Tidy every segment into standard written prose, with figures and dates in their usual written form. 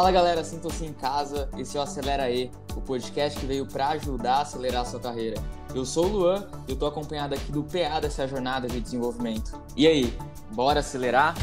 Fala galera, sintam-se em casa, esse é o Acelera E, o podcast que veio para ajudar a acelerar a sua carreira. Eu sou o Luan e eu tô acompanhado aqui do PA dessa jornada de desenvolvimento. E aí, bora acelerar?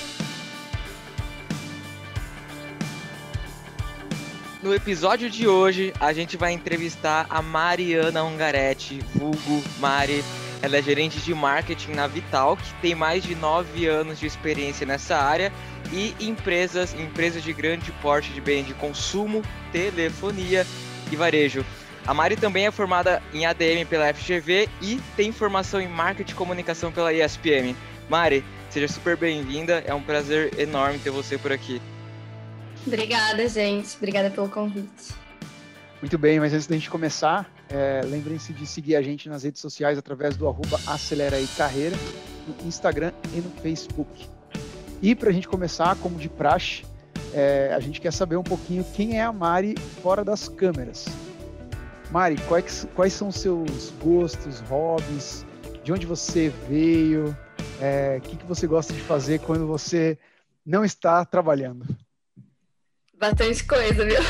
No episódio de hoje, a gente vai entrevistar a Mariana Ungaretti, vulgo Mari. Ela é gerente de marketing na Vital, que tem mais de 9 anos de experiência nessa área, e empresas de grande porte de bens de consumo, telefonia e varejo. A Mari também é formada em ADM pela FGV e tem formação em marketing e comunicação pela ESPM. Mari, seja super bem-vinda, é um prazer enorme ter você por aqui. Obrigada, gente. Obrigada pelo convite. Muito bem, mas antes da gente começar, lembrem-se de seguir a gente nas redes sociais através do @AceleraECarreira, no Instagram e no Facebook. E para a gente começar, como de praxe, a gente quer saber um pouquinho quem é a Mari fora das câmeras. Mari, quais são os seus gostos, hobbies, de onde você veio, o que você gosta de fazer quando você não está trabalhando? Bastante coisa, viu?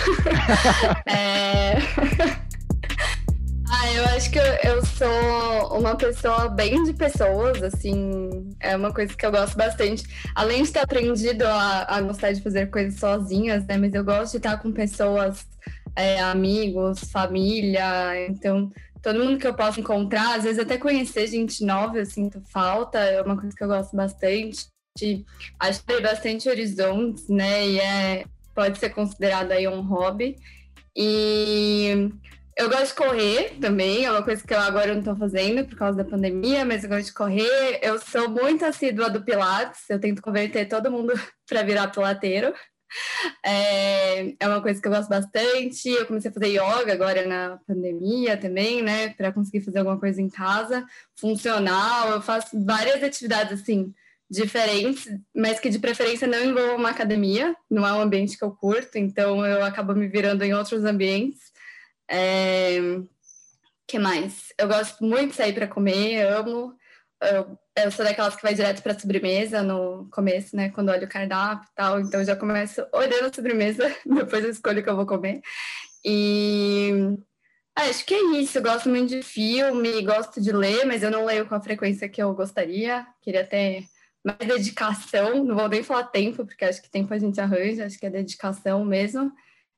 Eu acho que eu sou uma pessoa bem de pessoas, assim, é uma coisa que eu gosto bastante. Além de ter aprendido a gostar de fazer coisas sozinhas, né? Mas eu gosto de estar com pessoas, amigos, família, então todo mundo que eu posso encontrar, às vezes até conhecer gente nova, eu sinto falta, é uma coisa que eu gosto bastante. Acho que tem bastante horizontes, né? E pode ser considerado aí um hobby. E eu gosto de correr também, é uma coisa que eu agora não estou fazendo por causa da pandemia, mas eu gosto de correr. Eu sou muito assídua do Pilates, eu tento converter todo mundo para virar pilateiro. É uma coisa que eu gosto bastante. Eu comecei a fazer yoga agora na pandemia também, né, para conseguir fazer alguma coisa em casa, funcional. Eu faço várias atividades assim, diferentes, mas que de preferência não envolvam uma academia, não é um ambiente que eu curto, então eu acabo me virando em outros ambientes. Que mais? Eu gosto muito de sair para comer, amo. Eu sou daquelas que vai direto para a sobremesa no começo, né? Quando olho o cardápio e tal, então eu já começo olhando a sobremesa, depois eu escolho o que eu vou comer. E acho que é isso. Eu gosto muito de filme, gosto de ler, mas eu não leio com a frequência que eu gostaria. Queria ter mais dedicação, não vou nem falar tempo, porque acho que tempo a gente arranja, acho que é dedicação mesmo.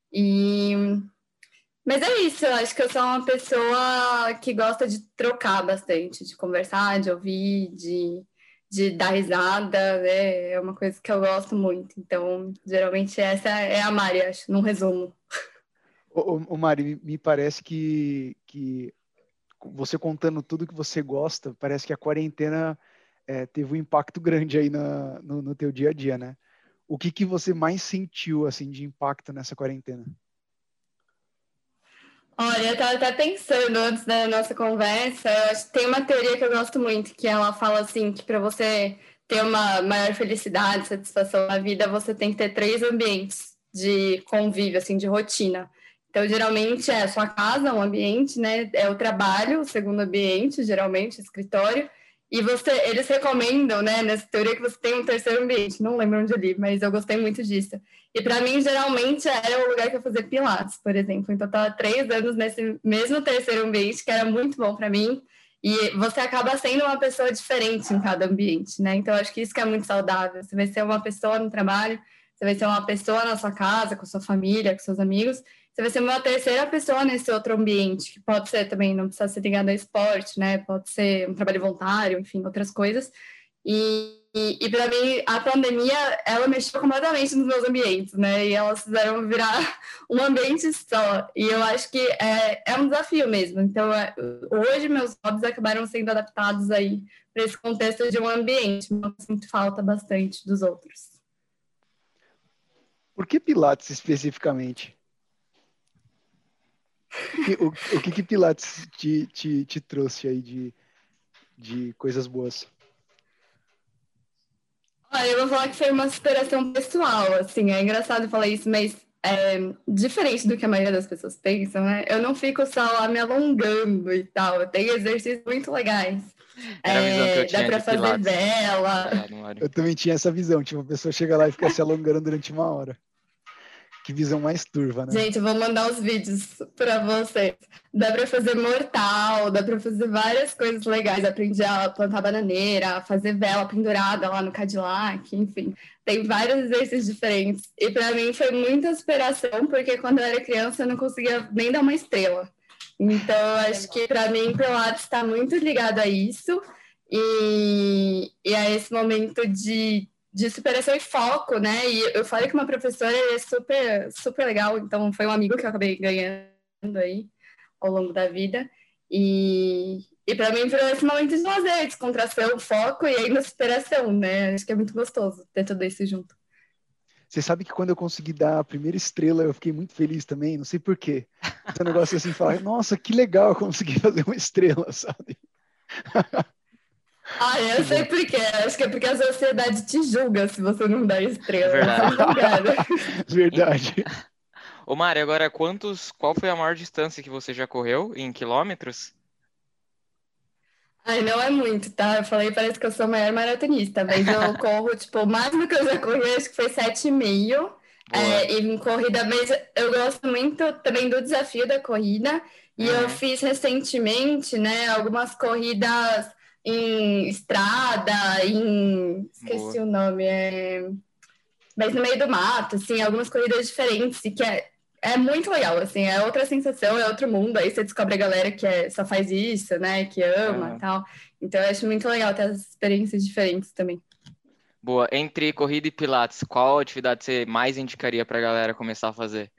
Mas é isso, eu acho que eu sou uma pessoa que gosta de trocar bastante, de conversar, de ouvir, de dar risada, né? É uma coisa que eu gosto muito. Então, geralmente essa é a Mari, acho, num resumo. Ô Mari, me parece que você contando tudo que você gosta, parece que a quarentena teve um impacto grande aí no teu dia a dia, né? O que você mais sentiu, assim, de impacto nessa quarentena? Olha, eu estava até pensando antes da nossa conversa, eu acho que tem uma teoria que eu gosto muito, que ela fala assim, que para você ter uma maior felicidade, satisfação na vida, você tem que ter 3 ambientes de convívio, assim, de rotina. Então, geralmente é a sua casa, um ambiente, né? É o trabalho, o segundo ambiente, geralmente, o escritório. E eles recomendam, né, nessa teoria, que você tem um terceiro ambiente. Não lembro onde eu li, mas eu gostei muito disso. E para mim, geralmente, era o lugar que eu fazia pilates, por exemplo. Então, eu estava 3 anos nesse mesmo terceiro ambiente, que era muito bom para mim. E você acaba sendo uma pessoa diferente em cada ambiente, né? Então, eu acho que isso que é muito saudável. Você vai ser uma pessoa no trabalho, você vai ser uma pessoa na sua casa, com sua família, com seus amigos. Você vai ser uma terceira pessoa nesse outro ambiente, que pode ser também, não precisa ser ligado ao esporte, né? Pode ser um trabalho voluntário, enfim, outras coisas. E para mim, a pandemia, ela mexeu completamente nos meus ambientes, né? E elas fizeram virar um ambiente só. E eu acho que é um desafio mesmo. Então, hoje, meus hobbies acabaram sendo adaptados aí para esse contexto de um ambiente. Mas eu sinto falta bastante dos outros. Por que Pilates especificamente? O que Pilates te trouxe aí de coisas boas? Olha, eu vou falar que foi uma superação pessoal, assim, é engraçado falar isso, mas diferente do que a maioria das pessoas pensam, né? Eu não fico só lá me alongando e tal, eu tenho exercícios muito legais. Era a visão que eu tinha dá pra de fazer Pilates. vela. Eu também tinha essa visão, tipo, a pessoa chega lá e fica se alongando durante 1 hora. Que visão mais turva, né? Gente, eu vou mandar os vídeos para vocês. Dá para fazer mortal, dá para fazer várias coisas legais. Aprendi a plantar bananeira, a fazer vela pendurada lá no Cadillac, enfim. Tem vários exercícios diferentes. E para mim foi muita inspiração, porque quando eu era criança eu não conseguia nem dar uma estrela. Então, eu acho que para mim Pilates está muito ligado a isso e a esse momento de superação e foco, né? E eu falei que uma professora é super, super legal, então foi um amigo que eu acabei ganhando aí ao longo da vida. E para mim foi esse momento de lazer, descontração, foco e ainda superação, né? Acho que é muito gostoso ter tudo isso junto. Você sabe que quando eu consegui dar a primeira estrela, eu fiquei muito feliz também, não sei por quê. Esse negócio assim, falar, nossa, que legal, eu consegui fazer uma estrela, sabe? Eu sei por quê. Acho que é porque a sociedade te julga se você não dá estrela. Verdade. Ô Mari, agora qual foi a maior distância que você já correu em quilômetros? Não é muito, tá? Eu falei, parece que eu sou a maior maratonista, mas eu corro, o máximo que eu já corri, acho que foi 7,5. Em corrida, mas eu gosto muito também do desafio da corrida. E eu fiz recentemente, né, algumas corridas em estrada, esqueci o nome, mas no meio do mato, assim, algumas corridas diferentes, e que é muito legal, assim, é outra sensação, é outro mundo, aí você descobre a galera que só faz isso, né, que ama e tal, então eu acho muito legal ter as experiências diferentes também. Boa, entre corrida e pilates, qual atividade você mais indicaria pra galera começar a fazer?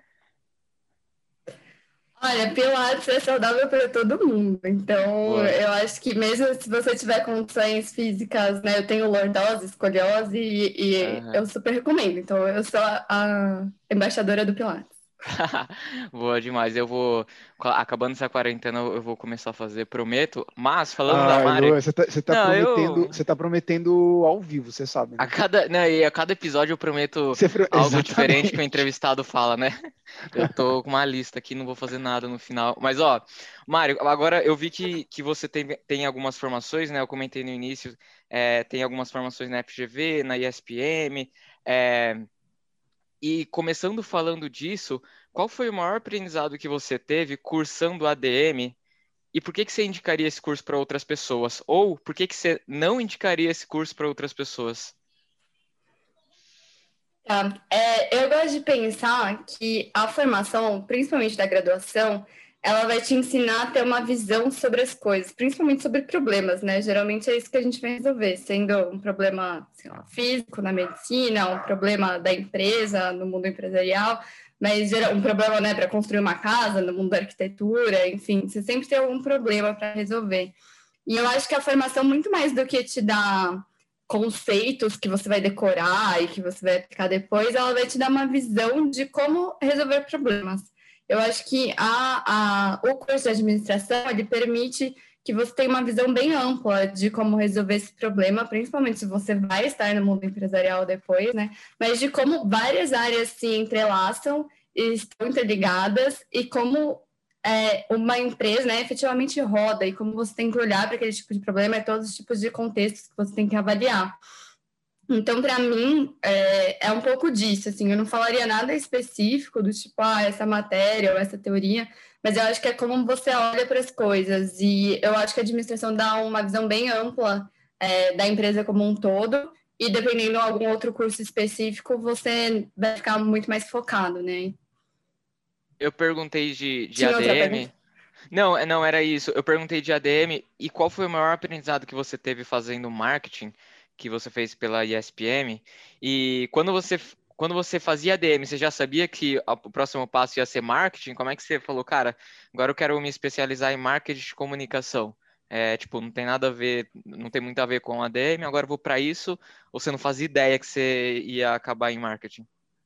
Olha, Pilates é saudável para todo mundo, então eu acho que mesmo se você tiver condições físicas, né, eu tenho lordose, escoliose e eu super recomendo, então eu sou a embaixadora do Pilates. Boa demais, acabando essa quarentena, eu vou começar a fazer, prometo, mas falando da Mari... Lu, você tá prometendo ao vivo, você sabe, né? A cada episódio eu prometo algo diferente que o entrevistado fala, né? Eu tô com uma lista aqui, não vou fazer nada no final, mas Mário, agora eu vi que você tem algumas formações, né? Eu comentei no início, tem algumas formações na FGV, na ISPM, e começando falando disso, qual foi o maior aprendizado que você teve cursando ADM e por que você indicaria esse curso para outras pessoas? Ou por que você não indicaria esse curso para outras pessoas? Eu gosto de pensar que a formação, principalmente da graduação, ela vai te ensinar a ter uma visão sobre as coisas, principalmente sobre problemas, né? Geralmente é isso que a gente vai resolver, sendo um problema, sei lá, físico na medicina, um problema da empresa, no mundo empresarial, mas um problema, né, para construir uma casa, no mundo da arquitetura, enfim, você sempre tem algum problema para resolver. E eu acho que a formação, muito mais do que te dar conceitos que você vai decorar e que você vai aplicar depois, ela vai te dar uma visão de como resolver problemas. Eu acho que o curso de administração, ele permite que você tenha uma visão bem ampla de como resolver esse problema, principalmente se você vai estar no mundo empresarial depois, né? Mas de como várias áreas se entrelaçam e estão interligadas e como uma empresa, né, efetivamente roda e como você tem que olhar para aquele tipo de problema e todos os tipos de contextos que você tem que avaliar. Então, para mim, é um pouco disso, assim, eu não falaria nada específico do tipo, essa matéria ou essa teoria, mas eu acho que é como você olha para as coisas, e eu acho que a administração dá uma visão bem ampla da empresa como um todo, e dependendo de algum outro curso específico, você vai ficar muito mais focado, né? Eu perguntei de ADM... Não, era isso. Eu perguntei de ADM, e qual foi o maior aprendizado que você teve fazendo marketing, que você fez pela ISPM, e quando você fazia ADM, você já sabia que o próximo passo ia ser marketing? Como é que você falou, cara, agora eu quero me especializar em marketing de comunicação? Não tem nada a ver, não tem muito a ver com ADM, agora eu vou para isso, ou você não fazia ideia que você ia acabar em marketing?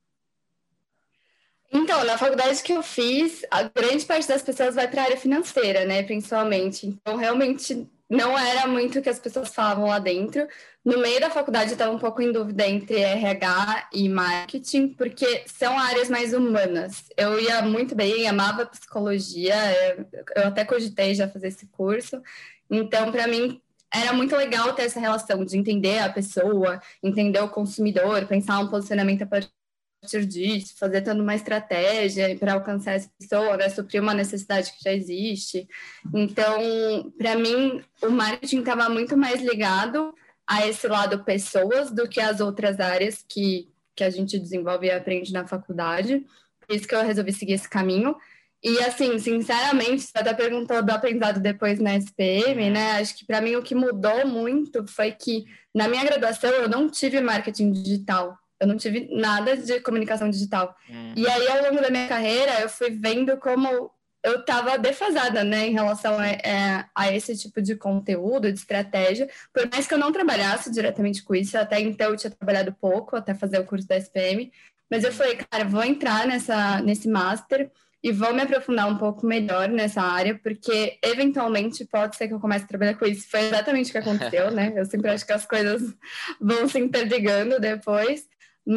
Então, na faculdade que eu fiz, a grande parte das pessoas vai para a área financeira, né, principalmente. Então, realmente, não era muito o que as pessoas falavam lá dentro. No meio da faculdade, eu estava um pouco em dúvida entre RH e marketing, porque são áreas mais humanas. Eu ia muito bem, amava psicologia, eu até cogitei já fazer esse curso. Então, para mim, era muito legal ter essa relação de entender a pessoa, entender o consumidor, pensar um posicionamento a partir partir disso, fazer toda uma estratégia para alcançar essa pessoa, né? Suprir uma necessidade que já existe. Então, para mim, o marketing estava muito mais ligado a esse lado pessoas do que as outras áreas que a gente desenvolve e aprende na faculdade. Por isso que eu resolvi seguir esse caminho. E, assim, sinceramente, você até perguntou do aprendizado depois na SPM, né? Acho que, para mim, o que mudou muito foi que, na minha graduação, eu não tive marketing digital. Eu não tive nada de comunicação digital. E aí, ao longo da minha carreira, eu fui vendo como eu estava defasada, né, em relação a esse tipo de conteúdo, de estratégia. Por mais que eu não trabalhasse diretamente com isso, até então eu tinha trabalhado pouco, até fazer o curso da SPM. Mas eu falei, cara, vou entrar nesse master e vou me aprofundar um pouco melhor nessa área, porque eventualmente pode ser que eu comece a trabalhar com isso. Foi exatamente o que aconteceu, né? Eu sempre acho que as coisas vão se interligando depois,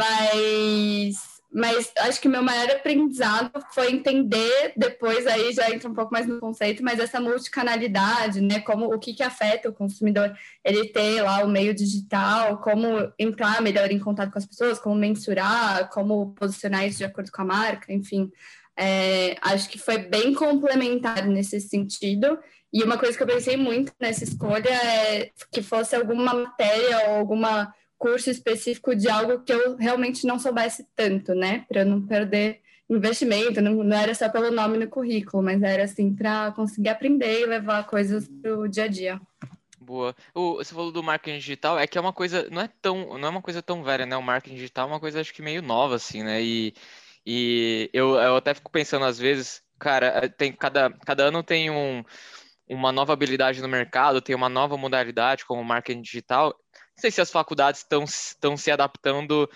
mas acho que meu maior aprendizado foi entender, depois aí já entra um pouco mais no conceito, mas essa multicanalidade, né? Como o que afeta o consumidor, ele ter lá o meio digital, como entrar melhor em contato com as pessoas, como mensurar, como posicionar isso de acordo com a marca, enfim. Acho que foi bem complementar nesse sentido. E uma coisa que eu pensei muito nessa escolha é que fosse alguma matéria ou alguma curso específico de algo que eu realmente não soubesse tanto, né? Para eu não perder investimento, não era só pelo nome no currículo, mas era assim para conseguir aprender e levar coisas para o dia a dia. Boa. Você falou do marketing digital, é que é uma coisa, não é uma coisa tão velha, né? O marketing digital é uma coisa acho que meio nova, assim, né? E eu até fico pensando às vezes, cara, cada ano tem uma nova habilidade no mercado, tem uma nova modalidade como marketing digital. Não sei se as faculdades estão se adaptando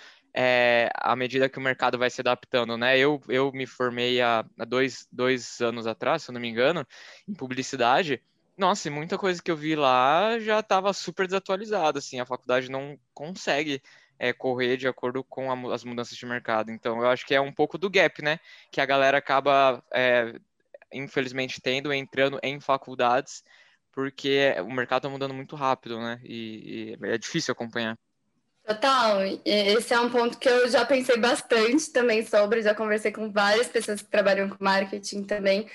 à medida que o mercado vai se adaptando, né? Eu me formei há dois anos atrás, se eu não me engano, em publicidade. Nossa, e muita coisa que eu vi lá já estava super desatualizada, assim, a faculdade não consegue correr de acordo com as mudanças de mercado. Então, eu acho que é um pouco do gap, né? Que a galera acaba infelizmente entrando em faculdades, porque o mercado está mudando muito rápido, né? E é difícil acompanhar. Total, esse é um ponto que eu já pensei bastante também sobre, já conversei com várias pessoas que trabalham com marketing também.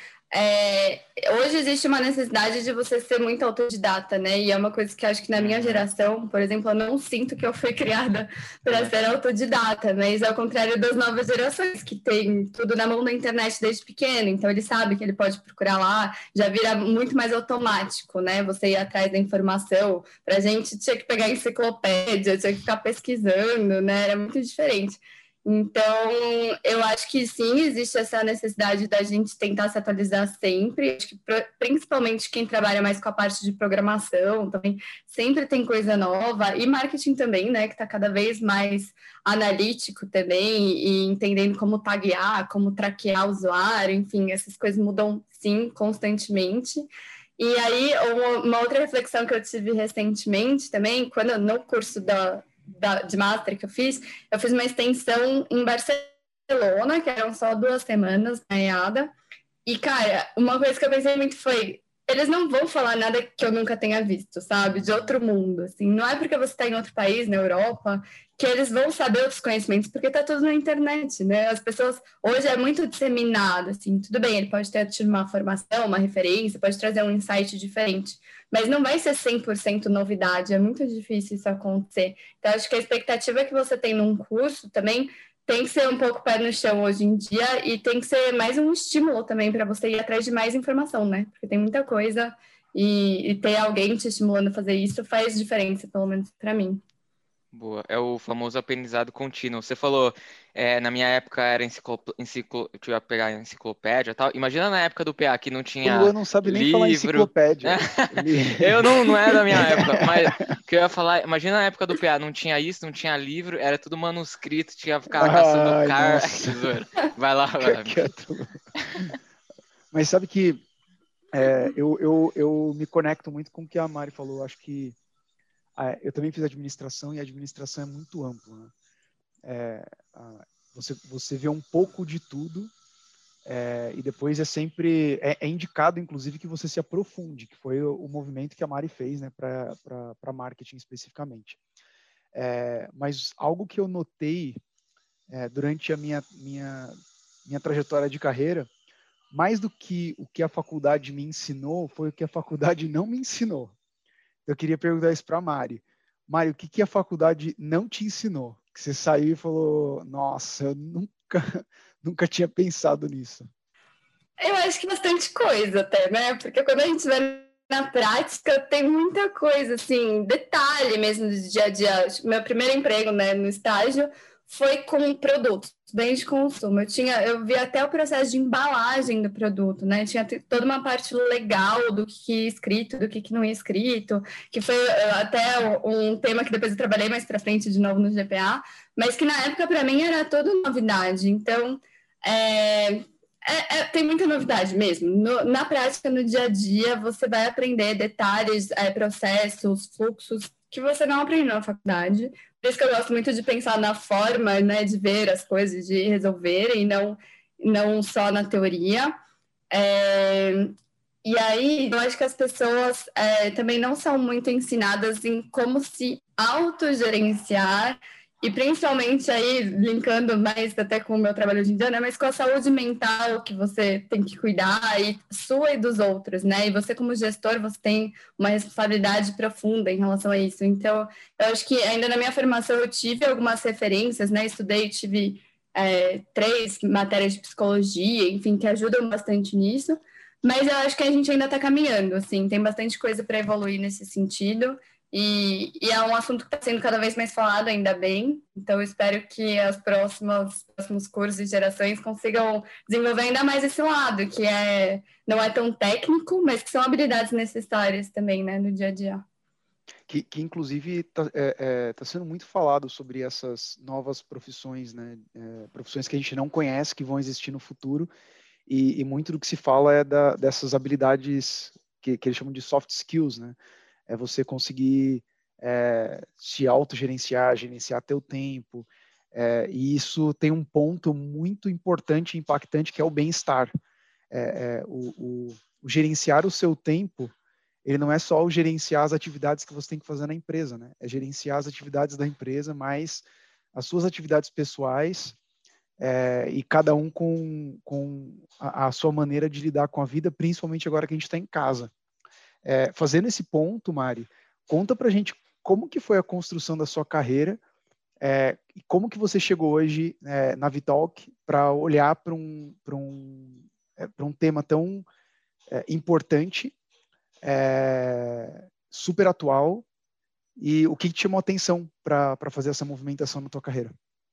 Hoje existe uma necessidade de você ser muito autodidata, né? E é uma coisa que acho que na minha geração, por exemplo, eu não sinto que eu fui criada para ser autodidata, mas ao contrário das novas gerações, que tem tudo na mão da internet desde pequeno, então ele sabe que ele pode procurar lá, já vira muito mais automático, né? Você ir atrás da informação. Pra gente tinha que pegar a enciclopédia, tinha que ficar pesquisando, né? Era muito diferente. Então, eu acho que sim, existe essa necessidade da gente tentar se atualizar sempre. Acho que principalmente quem trabalha mais com a parte de programação também sempre tem coisa nova. E marketing também, né? Que está cada vez mais analítico também e entendendo como taguear, como traquear o usuário. Enfim, essas coisas mudam sim constantemente. E aí, uma outra reflexão que eu tive recentemente também, quando no curso de master que eu fiz uma extensão em Barcelona, que eram só 2 semanas na EADA. E, cara, uma coisa que eu pensei muito foi: eles não vão falar nada que eu nunca tenha visto, sabe? De outro mundo, assim. Não é porque você está em outro país, na Europa, que eles vão saber outros conhecimentos, porque tá tudo na internet, né? As pessoas, hoje é muito disseminado, assim. Tudo bem, ele pode ter tido uma formação, uma referência, pode trazer um insight diferente, mas não vai ser 100% novidade, é muito difícil isso acontecer. Então, acho que a expectativa que você tem num curso também tem que ser um pouco pé no chão hoje em dia e tem que ser mais um estímulo também para você ir atrás de mais informação, né? Porque tem muita coisa e ter alguém te estimulando a fazer isso faz diferença, pelo menos para mim. Boa, é o famoso aprendizado contínuo. Você falou, na minha época era eu ia pegar enciclopédia e tal. Imagina na época do PA que não O tinha Luan não sabe nem falar livro. enciclopédia. Eu não é da minha época, mas o que eu ia falar, imagina na época do PA, não tinha isso, não tinha livro, era tudo manuscrito, tinha que ficar caçando Ai, car. nossa. Vai lá, vai lá. Quieto. Mas sabe que eu me conecto muito com o que a Mari falou. Acho que eu também fiz administração e a administração é muito ampla, né? Você vê um pouco de tudo e depois é indicado, inclusive, que você se aprofunde, que foi o movimento que a Mari fez, né, para marketing especificamente. Mas algo que eu notei durante a minha trajetória de carreira, mais do que o que a faculdade me ensinou, foi o que a faculdade não me ensinou. Eu queria perguntar isso para a Mari. Mari, o que a faculdade não te ensinou? Que você saiu e falou, nossa, eu nunca tinha pensado nisso. Eu acho que bastante coisa até, né? Porque quando a gente vai na prática, tem muita coisa, assim, detalhe mesmo do dia a dia. Meu primeiro emprego, né, no estágio, foi com produtos, bens de consumo. Eu vi até o processo de embalagem do produto, né? Tinha toda uma parte legal do que ia escrito, do que não ia escrito, que foi até um tema que depois eu trabalhei mais para frente de novo no GPA, mas que na época para mim era toda novidade. Então, tem muita novidade mesmo. Na prática, no dia a dia, você vai aprender detalhes, processos, fluxos que você não aprende na faculdade. Por isso que eu gosto muito de pensar na forma, né, de ver as coisas, de resolver, e não só na teoria. E aí, eu acho que as pessoas também não são muito ensinadas em como se autogerenciar, e principalmente aí, linkando mais até com o meu trabalho hoje em dia, né, mas com a saúde mental que você tem que cuidar, e sua e dos outros, né? E você, como gestor, você tem uma responsabilidade profunda em relação a isso. Então, eu acho que ainda na minha formação eu tive algumas referências, né? Tive 3 matérias de psicologia, enfim, que ajudam bastante nisso. Mas eu acho que a gente ainda está caminhando, assim, tem bastante coisa para evoluir nesse sentido. E é um assunto que está sendo cada vez mais falado, ainda bem. Então, eu espero que os próximos cursos e gerações consigam desenvolver ainda mais esse lado, que não é tão técnico, mas que são habilidades necessárias também, né, no dia a dia. Que inclusive, tá sendo muito falado sobre essas novas profissões, né? Profissões que a gente não conhece, que vão existir no futuro. E muito do que se fala é dessas habilidades que eles chamam de soft skills, né? É você conseguir se autogerenciar, gerenciar teu tempo. E isso tem um ponto muito importante e impactante, que é o bem-estar. O gerenciar o seu tempo, ele não é só o gerenciar as atividades que você tem que fazer na empresa, né? É gerenciar as atividades da empresa, mais as suas atividades pessoais, e cada um com a sua maneira de lidar com a vida, principalmente agora que a gente está em casa. Fazendo esse ponto, Mari, conta pra gente como que foi a construção da sua carreira, e como que você chegou hoje na Vitalk para olhar para um tema tão importante, super atual, e o que te chamou a atenção para fazer essa movimentação na tua carreira?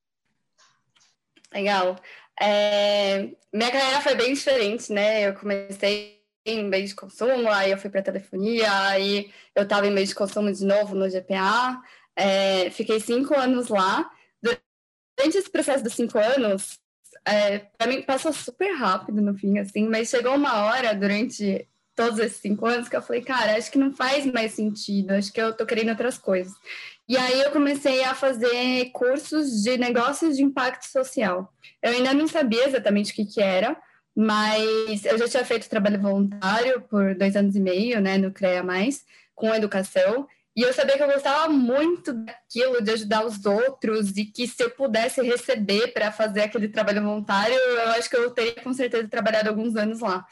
Legal. Minha carreira foi bem diferente, né? Eu comecei em meio de consumo, aí eu fui para telefonia, aí eu estava em meio de consumo de novo no GPA, fiquei 5 anos lá. Durante esse processo dos 5 anos, para mim passou super rápido no fim, assim, mas chegou uma hora durante todos esses 5 anos que eu falei, cara, acho que não faz mais sentido, acho que eu tô querendo outras coisas. E aí eu comecei a fazer cursos de negócios de impacto social. Eu ainda não sabia exatamente o que era, mas eu já tinha feito trabalho voluntário por 2 anos e meio, né, no CREA+, com educação, e eu sabia que eu gostava muito daquilo, de ajudar os outros, e que se eu pudesse receber para fazer aquele trabalho voluntário, eu acho que eu teria com certeza trabalhado alguns anos lá.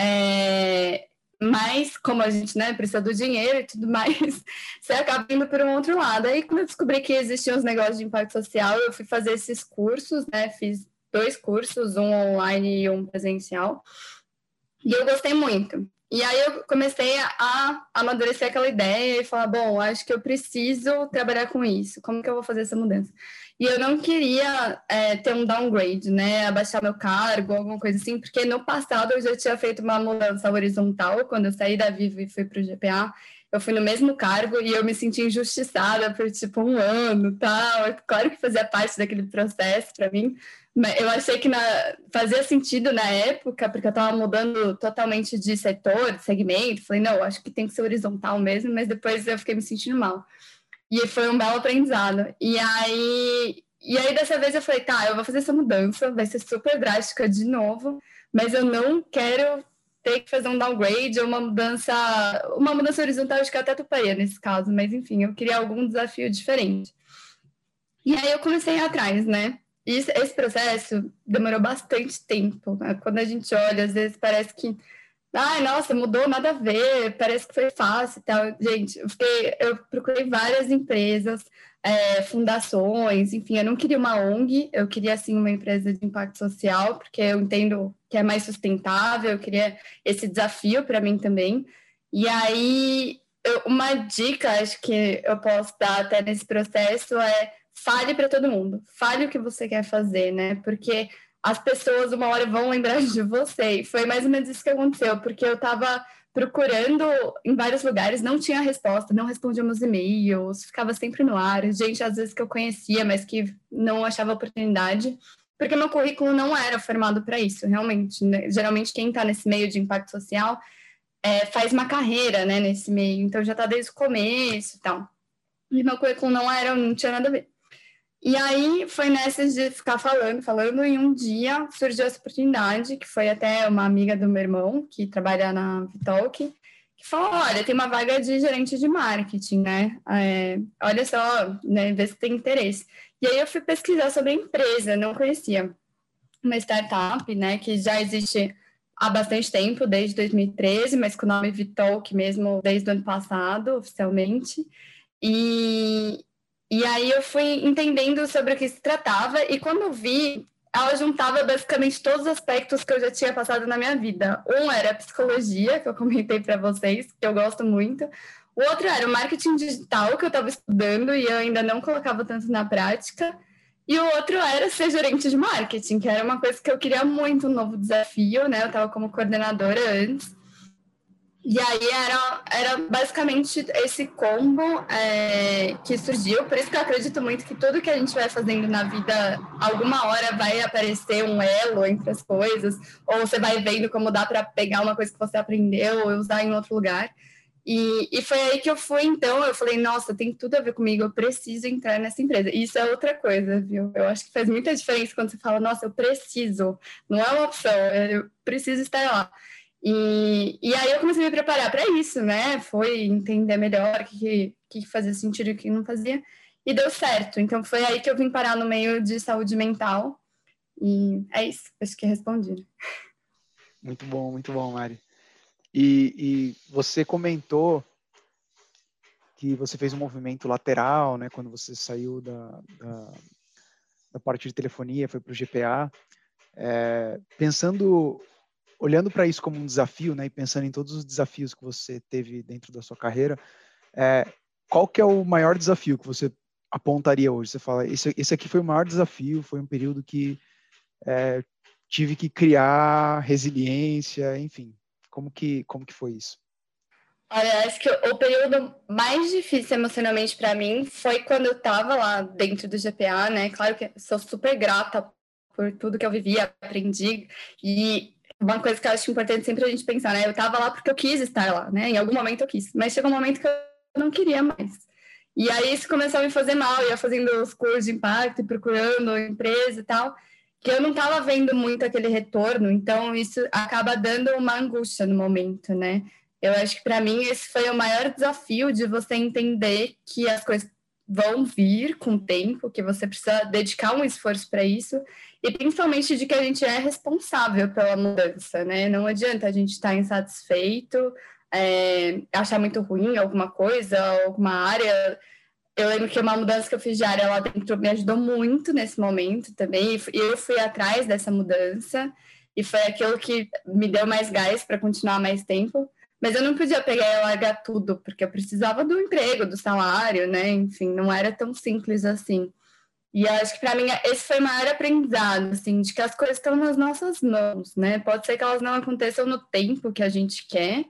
Mas, como a gente, né, precisa do dinheiro e tudo mais, você acaba indo por um outro lado. Aí, quando eu descobri que existiam os negócios de impacto social, eu fui fazer esses cursos, né, fiz 2 cursos, um online e um presencial, e eu gostei muito. E aí eu comecei a amadurecer aquela ideia e falar, bom, acho que eu preciso trabalhar com isso, como que eu vou fazer essa mudança? E eu não queria ter um downgrade, né, abaixar meu cargo, alguma coisa assim, porque no passado eu já tinha feito uma mudança horizontal, quando eu saí da Vivo e fui para o GPA, eu fui no mesmo cargo e eu me senti injustiçada por, tipo, 1 ano e tal. Claro que fazia parte daquele processo para mim, mas eu achei que fazia sentido na época, porque eu estava mudando totalmente de setor, de segmento. Falei, não, acho que tem que ser horizontal mesmo, mas depois eu fiquei me sentindo mal. E foi um belo aprendizado. E aí, dessa vez eu falei, tá, eu vou fazer essa mudança, vai ser super drástica de novo, mas eu não quero ter que fazer um downgrade ou uma mudança horizontal, acho que eu até toparia nesse caso, mas enfim, eu queria algum desafio diferente. E aí eu comecei a ir atrás, né? esse processo demorou bastante tempo, né? Quando a gente olha, às vezes parece que, ai, nossa, mudou, nada a ver, parece que foi fácil e tal. Gente, eu procurei várias empresas, fundações, enfim, eu não queria uma ONG, eu queria, assim, uma empresa de impacto social, porque eu entendo que é mais sustentável, eu queria esse desafio para mim também. E aí, uma dica, acho que eu posso dar até nesse processo fale para todo mundo, fale o que você quer fazer, né? Porque as pessoas uma hora vão lembrar de você. E foi mais ou menos isso que aconteceu, porque eu estava procurando em vários lugares, não tinha resposta, não respondia meus e-mails, ficava sempre no ar. Gente, às vezes que eu conhecia, mas que não achava oportunidade, porque meu currículo não era formado para isso, realmente. Né? Geralmente, quem está nesse meio de impacto social faz uma carreira, né, nesse meio, então já está desde o começo e tal. E meu currículo não tinha nada a ver. E aí foi nessas de ficar falando, e um dia surgiu essa oportunidade, que foi até uma amiga do meu irmão, que trabalha na Vitalk, que falou, olha, tem uma vaga de gerente de marketing, né? Olha só, né, vê se tem interesse. E aí eu fui pesquisar sobre a empresa, não conhecia. Uma startup, né, que já existe há bastante tempo, desde 2013, mas com o nome Vitalk mesmo desde o ano passado, oficialmente. E aí eu fui entendendo sobre o que se tratava, e quando eu vi, ela juntava basicamente todos os aspectos que eu já tinha passado na minha vida. Um era a psicologia, que eu comentei para vocês, que eu gosto muito. O outro era o marketing digital, que eu estava estudando e eu ainda não colocava tanto na prática. E o outro era ser gerente de marketing, que era uma coisa que eu queria muito, um novo desafio, né? Eu estava como coordenadora antes. E aí era basicamente esse combo que surgiu. Por isso que eu acredito muito que tudo que a gente vai fazendo na vida, alguma hora vai aparecer um elo entre as coisas, ou você vai vendo como dá para pegar uma coisa que você aprendeu e usar em outro lugar. E foi aí que eu fui, então, eu falei, nossa, tem tudo a ver comigo, eu preciso entrar nessa empresa. E isso é outra coisa, viu? Eu acho que faz muita diferença quando você fala, nossa, eu preciso. Não é uma opção, eu preciso estar lá. E aí eu comecei a me preparar para isso, né? Foi entender melhor o que fazia sentido e o que não fazia. E deu certo. Então foi aí que eu vim parar no meio de saúde mental. E é isso, acho que respondi. Muito bom, Mari. E você comentou que você fez um movimento lateral, né? Quando você saiu da parte de telefonia, foi para o GPA. Olhando para isso como um desafio, né, e pensando em todos os desafios que você teve dentro da sua carreira, qual que é o maior desafio que você apontaria hoje? Você fala, esse aqui foi o maior desafio, foi um período que tive que criar resiliência, enfim. Como que foi isso? Olha, acho que o período mais difícil emocionalmente para mim foi quando eu estava lá dentro do GPA, né? Claro que sou super grata por tudo que eu vivi, aprendi, e uma coisa que eu acho importante sempre a gente pensar, né? Eu estava lá porque eu quis estar lá, né? Em algum momento eu quis, mas chegou um momento que eu não queria mais. E aí isso começou a me fazer mal, eu ia fazendo os cursos de impacto, procurando empresa e tal, que eu não estava vendo muito aquele retorno, então isso acaba dando uma angústia no momento, né? Eu acho que para mim esse foi o maior desafio de você entender que as coisas vão vir com o tempo, que você precisa dedicar um esforço para isso, e principalmente de que a gente é responsável pela mudança, né? Não adianta a gente estar insatisfeito, achar muito ruim alguma coisa, alguma área. Eu lembro que uma mudança que eu fiz de área lá dentro me ajudou muito nesse momento também, e eu fui atrás dessa mudança, e foi aquilo que me deu mais gás para continuar mais tempo. Mas eu não podia pegar e largar tudo, porque eu precisava do emprego, do salário, né? Enfim, não era tão simples assim. E eu acho que para mim esse foi o maior aprendizado, assim, de que as coisas estão nas nossas mãos, né? Pode ser que elas não aconteçam no tempo que a gente quer,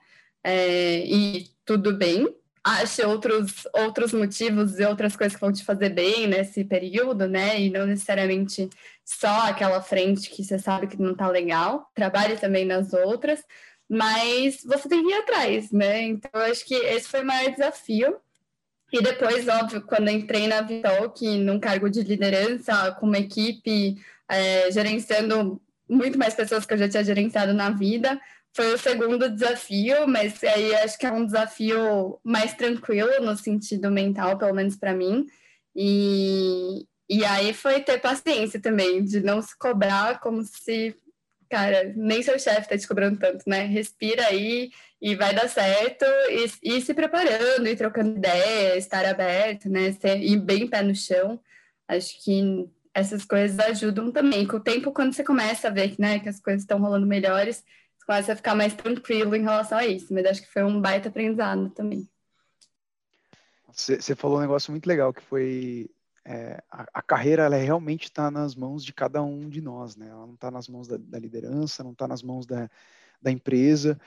e tudo bem. Ache outros motivos e outras coisas que vão te fazer bem nesse período, né? E não necessariamente só aquela frente que você sabe que não tá legal. Trabalhe também nas outras. Mas você tem que ir atrás, né? Então, eu acho que esse foi o maior desafio. E depois, óbvio, quando eu entrei na Vitalk, num cargo de liderança, com uma equipe, gerenciando muito mais pessoas que eu já tinha gerenciado na vida, foi o segundo desafio, mas aí acho que é um desafio mais tranquilo no sentido mental, pelo menos para mim. E aí foi ter paciência também, de não se cobrar como se, cara, nem seu chefe tá te cobrando tanto, né? Respira aí e vai dar certo, e ir se preparando, e trocando ideias, estar aberto, né? Ir bem pé no chão. Acho que essas coisas ajudam também. Com o tempo, quando você começa a ver que, né, que as coisas estão rolando melhores, você começa a ficar mais tranquilo em relação a isso. Mas acho que foi um baita aprendizado também. Você falou um negócio muito legal, que foi a carreira, ela realmente está nas mãos de cada um de nós, né? Ela não está nas mãos da liderança, não está nas mãos da empresa.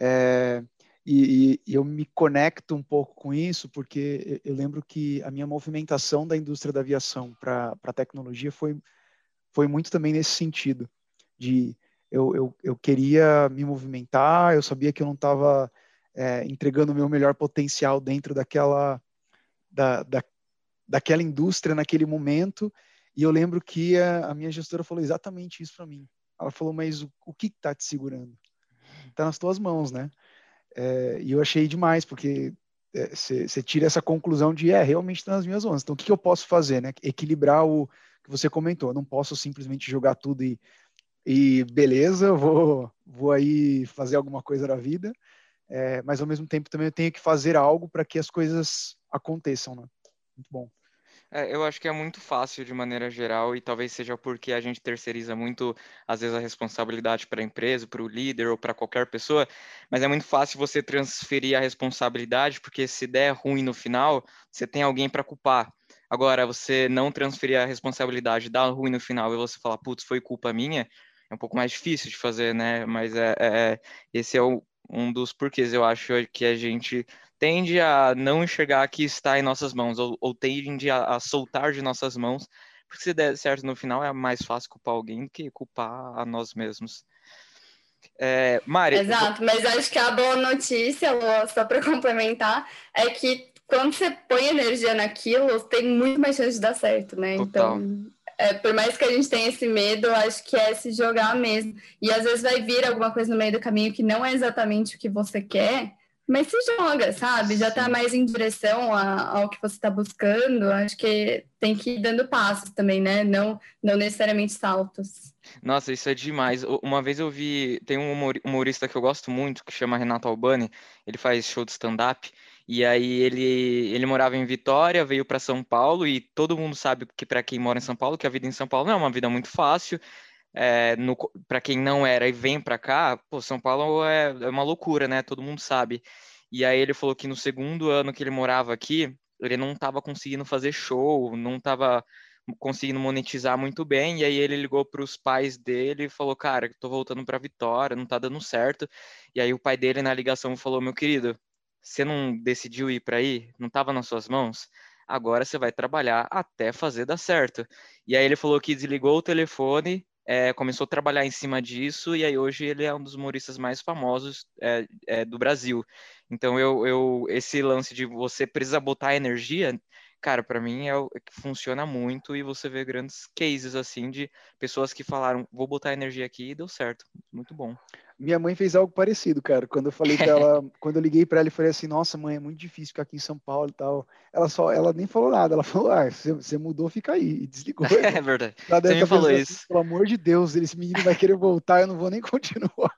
E eu me conecto um pouco com isso, porque eu lembro que a minha movimentação da indústria da aviação para a tecnologia foi muito também nesse sentido, de eu queria me movimentar, eu sabia que eu não estava entregando o meu melhor potencial dentro daquela indústria naquele momento, e eu lembro que a minha gestora falou exatamente isso para mim. Ela falou, mas o que está te segurando? Está nas tuas mãos, né? E eu achei demais, porque você tira essa conclusão de, realmente está nas minhas mãos. Então, o que eu posso fazer, né? Equilibrar o que você comentou. Eu não posso simplesmente jogar tudo e beleza, vou aí fazer alguma coisa da vida, mas ao mesmo tempo também eu tenho que fazer algo para que as coisas aconteçam, né? Muito bom. Eu acho que é muito fácil de maneira geral, e talvez seja porque a gente terceiriza muito, às vezes, a responsabilidade para a empresa, para o líder ou para qualquer pessoa, mas é muito fácil você transferir a responsabilidade, porque se der ruim no final, você tem alguém para culpar. Agora, você não transferir a responsabilidade, dar ruim no final e você falar, putz, foi culpa minha, é um pouco mais difícil de fazer, né? Mas esse é um dos porquês eu acho que a gente tende a não enxergar que está em nossas mãos, ou tende a soltar de nossas mãos, porque se der certo no final é mais fácil culpar alguém do que culpar a nós mesmos. Mari... Exato, mas acho que a boa notícia, Lu, só para complementar, é que quando você põe energia naquilo, tem muito mais chance de dar certo, né? Total. Então, por mais que a gente tenha esse medo, acho que é se jogar mesmo. E às vezes vai vir alguma coisa no meio do caminho que não é exatamente o que você quer, mas se joga, sabe? Já está mais em direção ao que você está buscando. Acho que tem que ir dando passos também, né? Não necessariamente saltos. Nossa, isso é demais. Uma vez eu vi, tem um humorista que eu gosto muito, que chama Renato Albani, ele faz show de stand-up, e aí ele morava em Vitória, veio para São Paulo, e todo mundo sabe que para quem mora em São Paulo, que a vida em São Paulo não é uma vida muito fácil. Para quem não era e vem para cá, pô, São Paulo é uma loucura, né? Todo mundo sabe. E aí ele falou que no segundo ano que ele morava aqui, ele não estava conseguindo fazer show, não estava conseguindo monetizar muito bem, e aí ele ligou para os pais dele e falou, cara, tô voltando para Vitória, não tá dando certo. E aí o pai dele na ligação falou, meu querido, você não decidiu ir para aí? Não estava nas suas mãos? Agora você vai trabalhar até fazer dar certo. E aí ele falou que desligou o telefone, começou a trabalhar em cima disso, e aí hoje ele é um dos humoristas mais famosos do Brasil. Então esse lance de você precisa botar energia, cara, para mim é o que funciona muito, e você vê grandes cases assim de pessoas que falaram, vou botar energia aqui e deu certo. Muito bom. Minha mãe fez algo parecido, cara. Quando eu falei para ela, quando eu liguei para ela e falei assim, nossa, mãe, é muito difícil ficar aqui em São Paulo e tal. Ela nem falou nada. Ela falou, você mudou, fica aí. E desligou. É verdade. Ela deve Você me falou assim, isso. pelo amor de Deus, esse menino vai querer voltar, eu não vou nem continuar.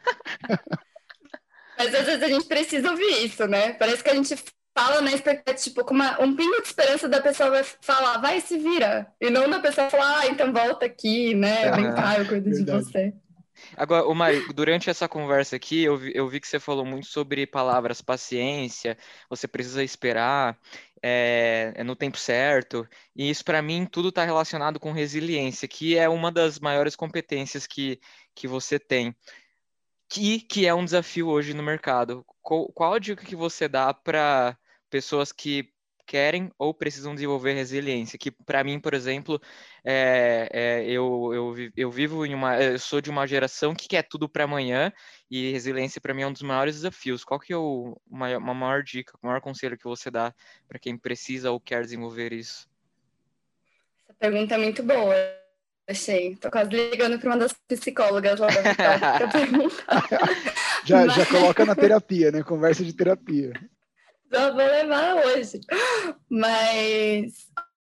Mas às vezes a gente precisa ouvir isso, né? Parece que a gente fala na expectativa, tipo, com um pingo de esperança da pessoa vai falar, vai, se vira. E não da pessoa falar, então volta aqui, né? Vem cá, eu cuido de você. Agora, Mari, durante essa conversa aqui, eu vi que você falou muito sobre palavras, paciência, você precisa esperar, no tempo certo, e isso para mim tudo está relacionado com resiliência, que é uma das maiores competências que você tem, que é um desafio hoje no mercado. Qual a dica que você dá para pessoas que querem ou precisam desenvolver resiliência? Que para mim, por exemplo, eu vivo eu sou de uma geração que quer tudo para amanhã, e resiliência para mim é um dos maiores desafios. Qual que é uma maior dica, o maior conselho que você dá para quem precisa ou quer desenvolver isso? Essa pergunta é muito boa. Achei. Tô quase ligando para uma das psicólogas lá da Vital para perguntar. Já coloca na terapia, né? Conversa de terapia. Já vou levar hoje. Mas,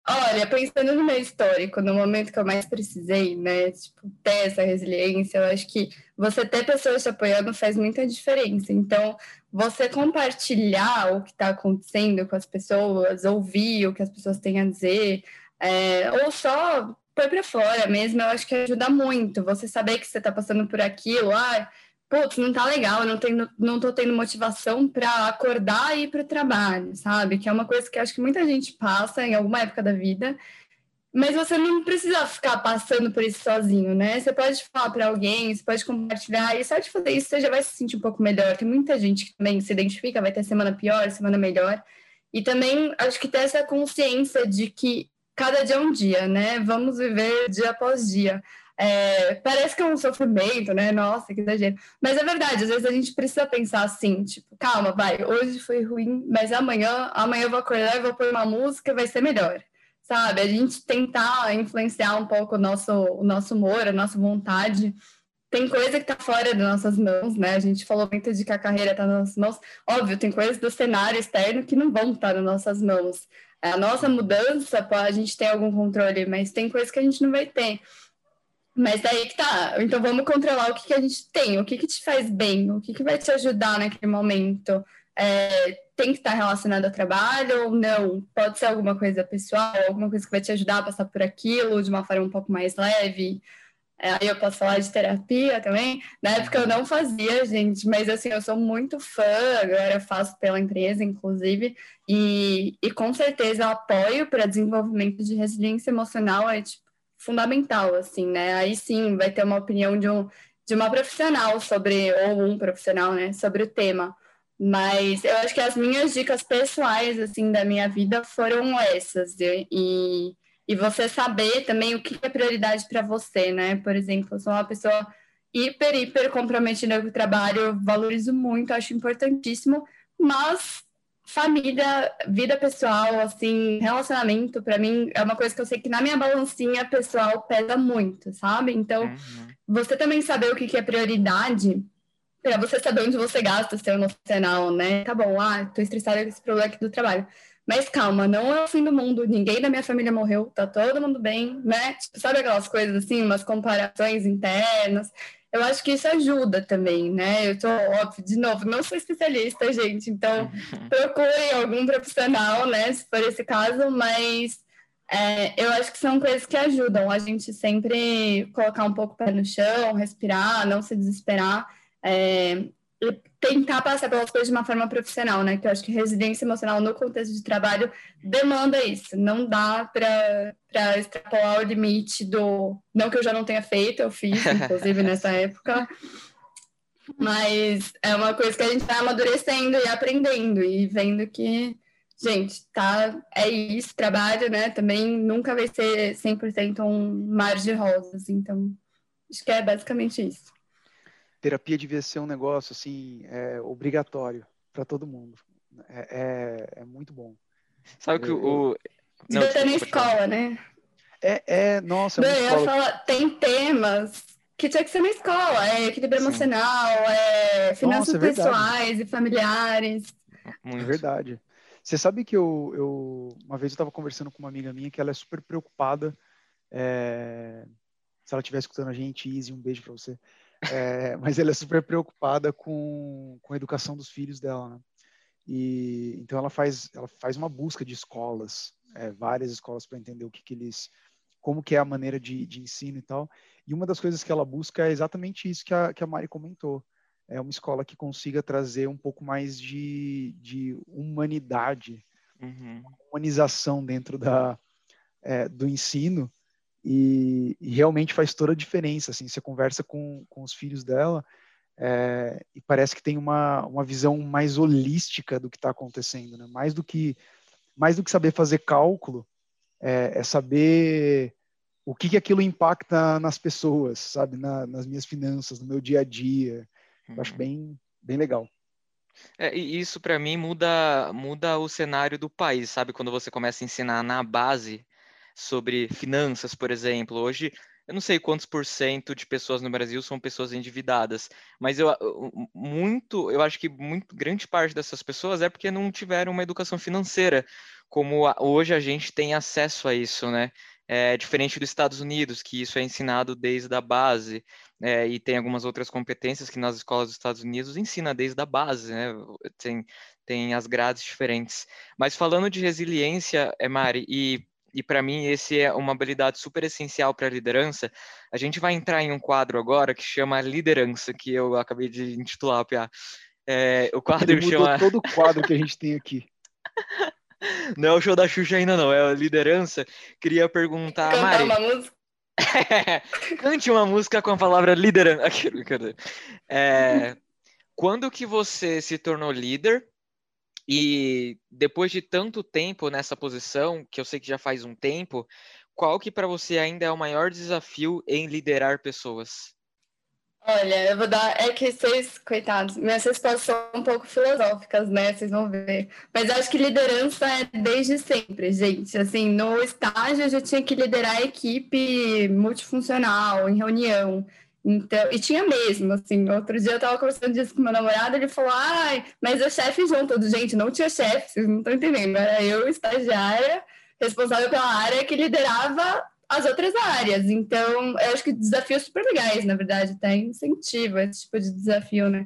Olha, pensando no meu histórico, no momento que eu mais precisei, né, tipo, ter essa resiliência, eu acho que você ter pessoas te apoiando faz muita diferença. Então, você compartilhar o que está acontecendo com as pessoas, ouvir o que as pessoas têm a dizer, ou só pôr para fora mesmo, eu acho que ajuda muito. Você saber que você está passando por aquilo, putz, não tá legal, não tô tendo motivação para acordar e ir pro trabalho, sabe? Que é uma coisa que acho que muita gente passa em alguma época da vida, mas você não precisa ficar passando por isso sozinho, né? Você pode falar para alguém, você pode compartilhar, e só de fazer isso você já vai se sentir um pouco melhor. Tem muita gente que também se identifica, vai ter semana pior, semana melhor. E também acho que ter essa consciência de que cada dia é um dia, né? Vamos viver dia após dia. Parece que é um sofrimento, né? Nossa, que exagero. Mas é verdade, às vezes a gente precisa pensar assim, tipo, calma, vai, hoje foi ruim, mas amanhã eu vou acordar e vou pôr uma música e vai ser melhor, sabe? A gente tentar influenciar um pouco o nosso humor, a nossa vontade. Tem coisa que tá fora das nossas mãos, né? A gente falou muito de que a carreira tá nas nossas mãos. Óbvio, tem coisas do cenário externo que não vão estar nas nossas mãos. A nossa mudança, a gente tem algum controle, mas tem coisas que a gente não vai ter. Mas daí que tá. Então vamos controlar o que a gente tem, o que te faz bem, o que vai te ajudar naquele momento. Tem que estar relacionado ao trabalho ou não? Pode ser alguma coisa pessoal, alguma coisa que vai te ajudar a passar por aquilo de uma forma um pouco mais leve. Aí eu posso falar de terapia também. Na época eu não fazia, gente, mas assim, eu sou muito fã, agora eu faço pela empresa, inclusive, e com certeza o apoio para desenvolvimento de resiliência emocional é tipo, fundamental, assim, né? Aí sim vai ter uma opinião de uma profissional sobre, ou um profissional, né, sobre o tema. Mas eu acho que as minhas dicas pessoais, assim, da minha vida foram essas. E você saber também o que é prioridade para você, né? Por exemplo, eu sou uma pessoa hiper comprometida com o trabalho, valorizo muito, acho importantíssimo, mas família, vida pessoal, assim, relacionamento, para mim, é uma coisa que eu sei que na minha balancinha pessoal pesa muito, sabe? Então, você também saber o que é prioridade, para você saber onde você gasta o seu emocional, né? Tá bom, tô estressada com esse problema aqui do trabalho. Mas calma, não é o fim do mundo, ninguém da minha família morreu, tá todo mundo bem, né? Tipo, sabe aquelas coisas assim, umas comparações internas? Eu acho que isso ajuda também, né? Eu tô, óbvio, de novo, não sou especialista, gente, então procurem algum profissional, né, se for esse caso, mas eu acho que são coisas que ajudam a gente sempre colocar um pouco o pé no chão, respirar, não se desesperar, e tentar passar pelas coisas de uma forma profissional, né? Que eu acho que resiliência emocional no contexto de trabalho demanda isso. Não dá para extrapolar o limite do... Não que eu já não tenha feito, eu fiz, inclusive, nessa época. Mas é uma coisa que a gente vai amadurecendo e aprendendo e vendo que, gente, é isso, trabalho, né? Também nunca vai ser 100% um mar de rosas. Então, acho que é basicamente isso. Terapia devia ser um negócio assim obrigatório para todo mundo. É muito bom. Sabe que o... Não, devia ter na escola, né? Nossa, Bem, uma escola... eu falo, tem temas que tinha que ser na escola, equilíbrio emocional, finanças pessoais e familiares. É verdade. Você sabe que uma vez eu estava conversando com uma amiga minha que ela é super preocupada. Se ela estiver escutando a gente, Izzy, um beijo para você. Mas ela é super preocupada com a educação dos filhos dela, né? E então ela faz uma busca de escolas, várias escolas para entender como que é a maneira de ensino e tal. E uma das coisas que ela busca é exatamente isso que a Mari comentou. É uma escola que consiga trazer um pouco mais de humanidade, humanização dentro do ensino. E realmente faz toda a diferença, assim, você conversa com os filhos dela e parece que tem uma visão mais holística do que está acontecendo, né? Mais do que saber fazer cálculo, é saber o que aquilo impacta nas pessoas, sabe? Nas minhas finanças, no meu dia a dia. Eu acho bem legal. E isso para mim muda o cenário do país, sabe? Quando você começa a ensinar na base sobre finanças, por exemplo. Hoje eu não sei quantos por cento de pessoas no Brasil são pessoas endividadas, mas eu acho que grande parte dessas pessoas é porque não tiveram uma educação financeira, como hoje a gente tem acesso a isso, né? É diferente dos Estados Unidos, que isso é ensinado desde a base, e tem algumas outras competências que nas escolas dos Estados Unidos ensina desde a base, né? Tem as grades diferentes. Mas falando de resiliência, Mari, e para mim esse é uma habilidade super essencial para a liderança. A gente vai entrar em um quadro agora que chama Liderança, que eu acabei de intitular, Pia. O quadro Ele mudou chama... todo o quadro que a gente tem aqui. Não é o show da Xuxa ainda não, é a Liderança. Queria perguntar, Cantar Mari... uma música? Cante uma música com a palavra liderança. Quando que você se tornou líder? E depois de tanto tempo nessa posição, que eu sei que já faz um tempo, qual que para você ainda é o maior desafio em liderar pessoas? Olha, eu vou dar. É que vocês, coitados, minhas respostas são um pouco filosóficas, né? Vocês vão ver. Mas eu acho que liderança é desde sempre, gente. Assim, no estágio eu já tinha que liderar a equipe multifuncional, em reunião. Então, e tinha mesmo, assim, outro dia eu tava conversando disso com meu namorado, ele falou, ai, mas o chefe junto, gente, não tinha chefe, vocês não estão entendendo, era eu, estagiária, responsável pela área que liderava as outras áreas. Então, eu acho que desafios super legais, na verdade, até incentiva esse tipo de desafio, né?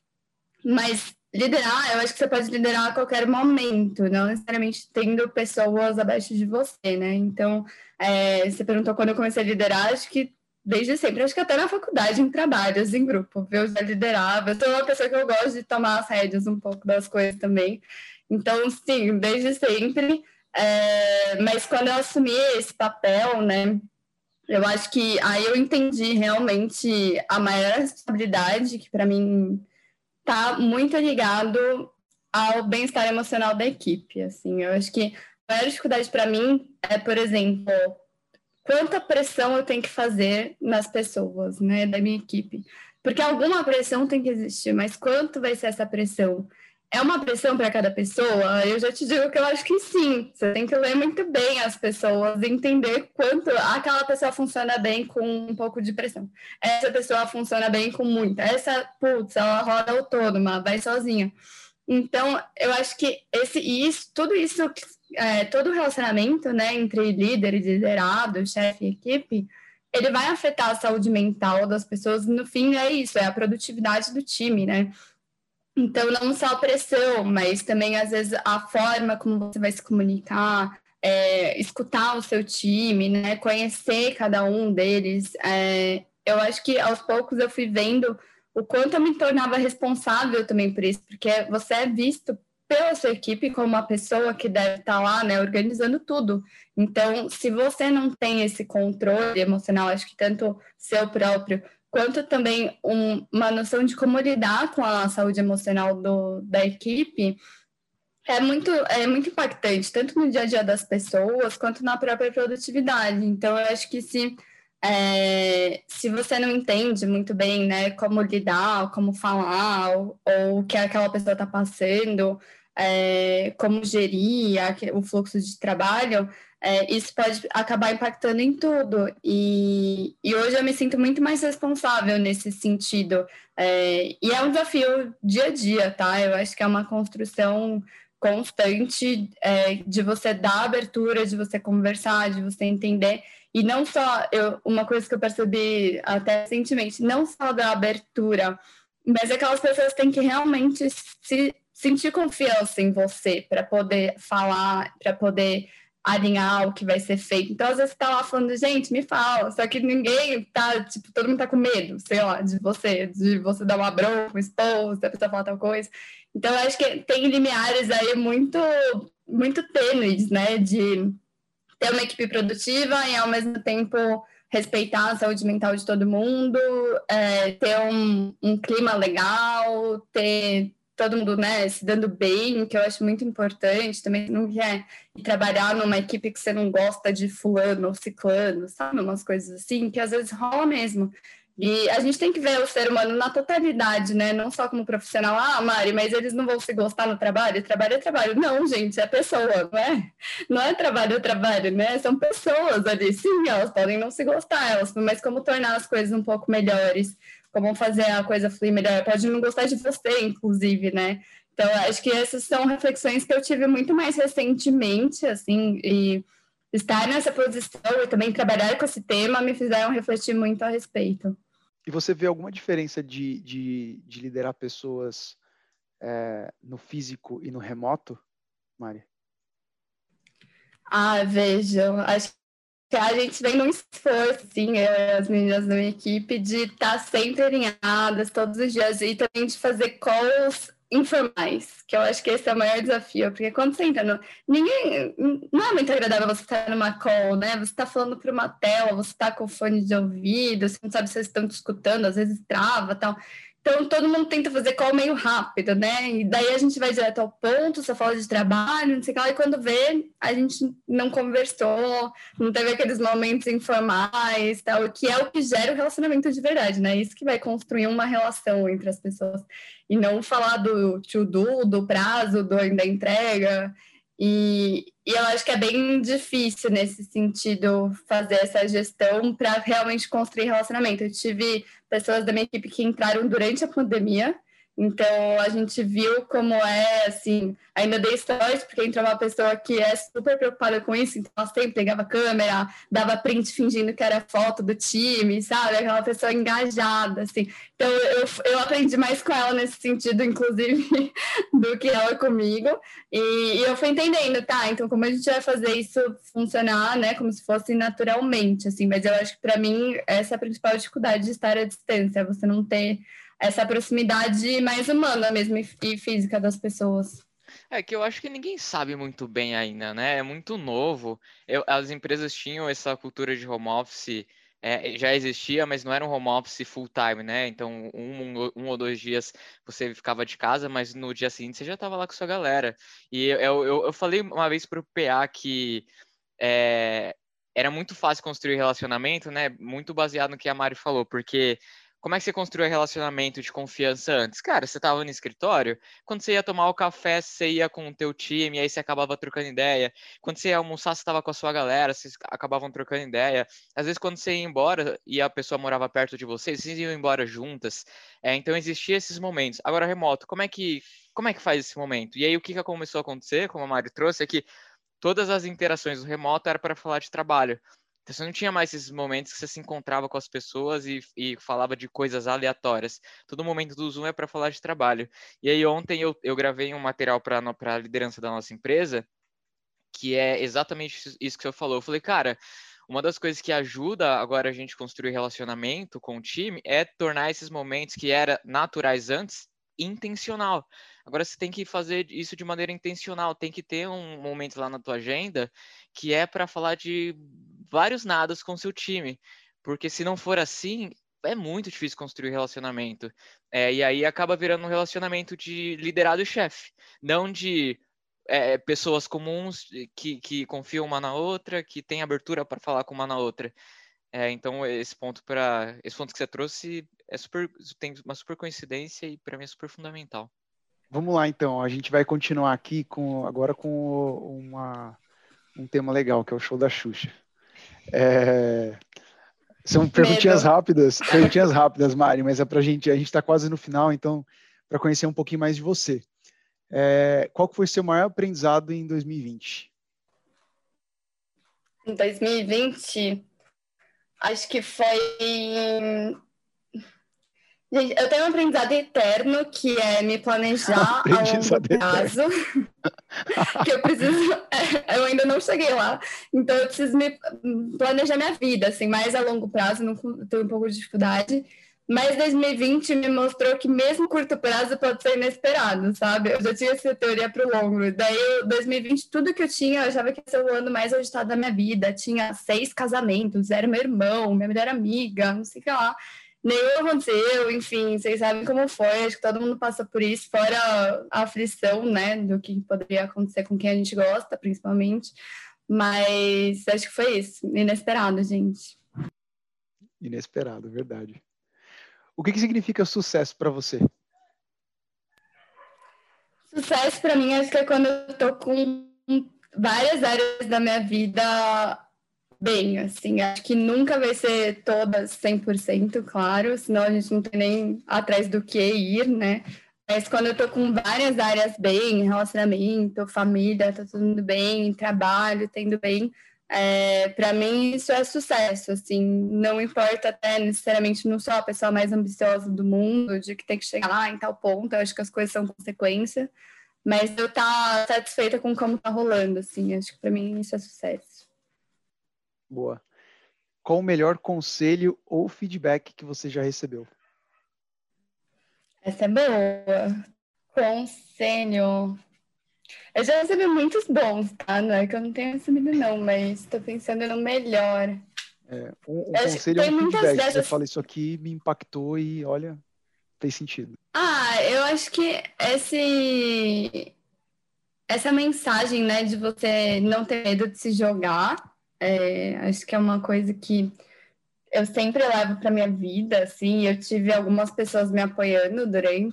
Mas liderar, eu acho que você pode liderar a qualquer momento, não necessariamente tendo pessoas abaixo de você, né? Então, você perguntou quando eu comecei a liderar, acho que desde sempre, acho que até na faculdade, em trabalhos, em grupo, eu já liderava. Eu sou uma pessoa que eu gosto de tomar as rédeas um pouco das coisas também. Então, sim, desde sempre. Mas quando eu assumi esse papel, né, eu acho que aí eu entendi realmente a maior responsabilidade, que para mim está muito ligado ao bem-estar emocional da equipe. Assim, eu acho que a maior dificuldade para mim é, por exemplo, quanta pressão eu tenho que fazer nas pessoas, né, da minha equipe. Porque alguma pressão tem que existir, mas quanto vai ser essa pressão? É uma pressão para cada pessoa? Eu já te digo que eu acho que sim. Você tem que ler muito bem as pessoas e entender quanto aquela pessoa funciona bem com um pouco de pressão. Essa pessoa funciona bem com muita. Essa, putz, ela roda autônoma, vai sozinha. Então, eu acho que tudo isso, todo relacionamento, né, entre líder e liderado, chefe e equipe, ele vai afetar a saúde mental das pessoas. No fim, é isso, é a produtividade do time, né? Então, não só a pressão, mas também, às vezes, a forma como você vai se comunicar, escutar o seu time, né? Conhecer cada um deles. Eu acho que, aos poucos, eu fui vendo o quanto eu me tornava responsável também por isso, porque você é visto pela sua equipe como uma pessoa que deve estar lá, né, organizando tudo. Então, se você não tem esse controle emocional, acho que tanto seu próprio, quanto também uma noção de como lidar com a saúde emocional da equipe, é muito impactante, tanto no dia a dia das pessoas, quanto na própria produtividade. Então, eu acho que se você não entende muito bem, né, como lidar, como falar, ou o que aquela pessoa está passando, como gerir o fluxo de trabalho, isso pode acabar impactando em tudo. E hoje eu me sinto muito mais responsável nesse sentido. E é um desafio dia a dia, tá? Eu acho que é uma construção constante de você dar abertura, de você conversar, de você entender. E não só, uma coisa que eu percebi até recentemente, não só da abertura, mas aquelas pessoas têm que realmente sentir confiança em você para poder falar, para poder alinhar o que vai ser feito. Então, às vezes, você tá lá falando, gente, me fala, só que ninguém tá, tipo, todo mundo tá com medo, sei lá, de você dar uma bronca, um expor, se a pessoa falar tal coisa. Então, eu acho que tem limiares aí muito, muito tênues, né, de ter uma equipe produtiva e, ao mesmo tempo, respeitar a saúde mental de todo mundo, ter um clima legal, ter todo mundo, né, se dando bem, que eu acho muito importante. Também não quer trabalhar numa equipe que você não gosta de fulano ou ciclano, sabe? Umas coisas assim, que às vezes rola mesmo. E a gente tem que ver o ser humano na totalidade, né? Não só como profissional. Ah, Mari, mas eles não vão se gostar no trabalho? Trabalho é trabalho. Não, gente, é pessoa, não é? Não é trabalho, né? São pessoas ali. Sim, elas podem não se gostar, mas como tornar as coisas um pouco melhores, como fazer a coisa fluir melhor. Pode não gostar de você, inclusive, né? Então, acho que essas são reflexões que eu tive muito mais recentemente, assim, e estar nessa posição e também trabalhar com esse tema me fizeram refletir muito a respeito. E você vê alguma diferença de liderar pessoas no físico e no remoto, Mari? Vejo. Acho que a gente vem num esforço, sim, eu e as meninas da minha equipe, de estar sempre alinhadas todos os dias e também de fazer calls informais, que eu acho que esse é o maior desafio, porque quando você entra não é muito agradável você estar numa call, né? Você está falando para uma tela, você está com fone de ouvido, você não sabe se eles estão te escutando, às vezes trava, tal. Então, todo mundo tenta fazer call meio rápido, né? E daí a gente vai direto ao ponto, só fala de trabalho, não sei o que lá, e quando vê, a gente não conversou, não teve aqueles momentos informais, tal, que é o que gera o relacionamento de verdade, né? Isso que vai construir uma relação entre as pessoas. E não falar do to-do, do prazo, da entrega. E eu acho que é bem difícil nesse sentido fazer essa gestão para realmente construir relacionamento. Eu tive pessoas da minha equipe que entraram durante a pandemia, então a gente viu como é, assim, ainda dei stories, porque entrou uma pessoa que é super preocupada com isso, então ela sempre pegava a câmera, dava print fingindo que era foto do time, sabe? Aquela pessoa engajada, assim. Então eu aprendi mais com ela nesse sentido, inclusive, do que ela comigo, e eu fui entendendo, tá, então como a gente vai fazer isso funcionar, né, como se fosse naturalmente, assim, mas eu acho que para mim essa é a principal dificuldade de estar à distância, você não ter essa proximidade mais humana mesmo e física das pessoas. É que eu acho que ninguém sabe muito bem ainda, né? É muito novo. As empresas tinham essa cultura de home office, já existia, mas não era um home office full time, né? Então, um ou 2 dias você ficava de casa, mas no dia seguinte você já estava lá com sua galera. E eu falei uma vez para o PA que era muito fácil construir relacionamento, né? Muito baseado no que a Mari falou, porque como é que você construiu relacionamento de confiança antes? Cara, você estava no escritório, quando você ia tomar o café, você ia com o teu time, aí você acabava trocando ideia. Quando você ia almoçar, você estava com a sua galera, vocês acabavam trocando ideia. Às vezes, quando você ia embora e a pessoa morava perto de você, vocês iam embora juntas. Então, existia esses momentos. Agora, remoto, como é que faz esse momento? E aí, o que começou a acontecer, como a Mari trouxe, é que todas as interações do remoto era para falar de trabalho. Então, você não tinha mais esses momentos que você se encontrava com as pessoas e falava de coisas aleatórias. Todo momento do Zoom é para falar de trabalho. E aí, ontem eu gravei um material para a liderança da nossa empresa, que é exatamente isso que você falou. Eu falei, cara, uma das coisas que ajuda agora a gente construir relacionamento com o time é tornar esses momentos que eram naturais antes intencional. Agora você tem que fazer isso de maneira intencional, tem que ter um momento lá na tua agenda que é para falar de vários nadas com seu time, porque se não for assim, é muito difícil construir relacionamento. E aí acaba virando um relacionamento de liderado e chefe, não de pessoas comuns que confiam uma na outra, que têm abertura para falar com uma na outra. Então esse ponto que você trouxe tem uma super coincidência e para mim é super fundamental. Vamos lá, então. A gente vai continuar aqui agora com um tema legal, que é o show da Xuxa. São perguntinhas rápidas, Mari, mas a gente está quase no final, então, para conhecer um pouquinho mais de você. Qual foi o seu maior aprendizado em 2020? Em 2020, acho que foi... Gente, eu tenho um aprendizado eterno, que é me planejar a longo prazo. Que eu preciso... eu ainda não cheguei lá. Então, eu preciso me planejar minha vida, assim, mais a longo prazo. Não tenho um pouco de dificuldade. Mas 2020 me mostrou que mesmo curto prazo pode ser inesperado, sabe? Eu já tinha essa teoria para o longo. Daí, 2020, tudo que eu tinha, eu achava que ia ser o ano mais agitado da minha vida. Tinha 6 casamentos, era meu irmão, minha melhor amiga, não sei o que lá. Nenhum aconteceu, enfim, vocês sabem como foi, acho que todo mundo passa por isso, fora a aflição, né, do que poderia acontecer com quem a gente gosta, principalmente, mas acho que foi isso, inesperado, gente. Inesperado, verdade. O que significa sucesso para você? Sucesso para mim, acho que é quando eu tô com várias áreas da minha vida bem, assim. Acho que nunca vai ser todas 100%, claro, senão a gente não tem nem atrás do que ir, né? Mas quando eu tô com várias áreas bem, relacionamento, família, tá tudo bem, trabalho, tendo bem, para mim isso é sucesso, assim. Não importa até necessariamente, não sou a pessoa mais ambiciosa do mundo, de que tem que chegar lá em tal ponto, eu acho que as coisas são consequência, mas eu tá satisfeita com como tá rolando, assim. Acho que para mim isso é sucesso. Boa. Qual o melhor conselho ou feedback que você já recebeu? Essa é boa. Conselho. Eu já recebi muitos bons, tá? Não é que eu não tenha recebido, não, mas tô pensando no melhor. Um conselho ou tem um muitas feedback. dessas... Você fala, isso aqui me impactou e, olha, fez sentido. eu acho que essa mensagem, né, de você não ter medo de se jogar, acho que é uma coisa que eu sempre levo para minha vida, assim. Eu tive algumas pessoas me apoiando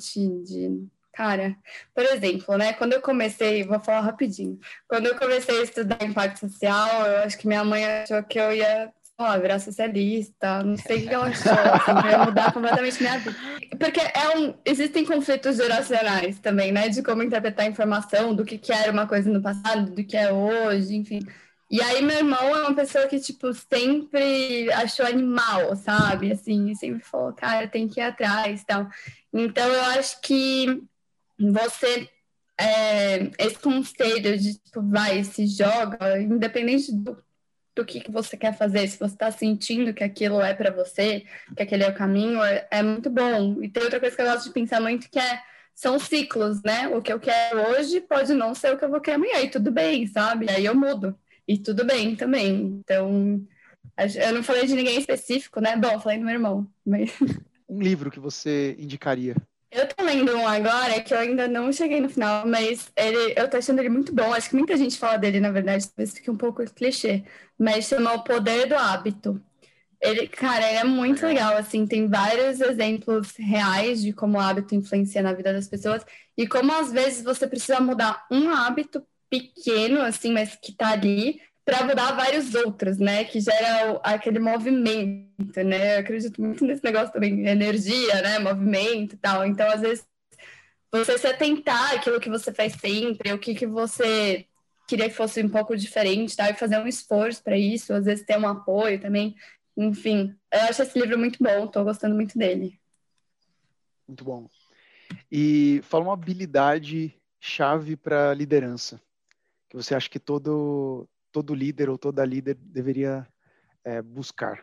Cara, por exemplo, né, quando eu comecei, vou falar rapidinho, quando eu comecei a estudar impacto social, eu acho que minha mãe achou que eu ia, sei lá, virar socialista, não sei o que ela achou, assim, que eu ia mudar completamente minha vida. Porque existem conflitos geracionais também, né, de como interpretar a informação, do que era uma coisa no passado, do que é hoje, enfim. E aí, meu irmão é uma pessoa que, tipo, sempre achou animal, sabe? Assim, sempre falou, cara, tem que ir atrás e tal. Então, eu acho que você, esse conselho de, tipo, vai, se joga, independente do que você quer fazer, se você está sentindo que aquilo é para você, que aquele é o caminho, é muito bom. E tem outra coisa que eu gosto de pensar muito, que são ciclos, né? O que eu quero hoje pode não ser o que eu vou querer amanhã, e tudo bem, sabe? Aí eu mudo. E tudo bem também. Então, eu não falei de ninguém específico, né? Bom, falei do meu irmão. Mas... Um livro que você indicaria? Eu tô lendo um agora que eu ainda não cheguei no final, mas eu tô achando ele muito bom. Acho que muita gente fala dele, na verdade, talvez fique um pouco clichê, mas chama O Poder do Hábito. Cara, ele é muito legal, assim, tem vários exemplos reais de como o hábito influencia na vida das pessoas e como às vezes você precisa mudar um hábito pequeno, assim, mas que tá ali, para mudar vários outros, né? Que gera aquele movimento, né? Eu acredito muito nesse negócio também, energia, né? Movimento e tal. Então, às vezes, você se atentar àquilo que você faz sempre, o que você queria que fosse um pouco diferente, tá? E fazer um esforço para isso, às vezes ter um apoio também. Enfim, eu acho esse livro muito bom, tô gostando muito dele. Muito bom. E fala uma habilidade chave para liderança, que você acha que todo líder ou toda líder deveria buscar.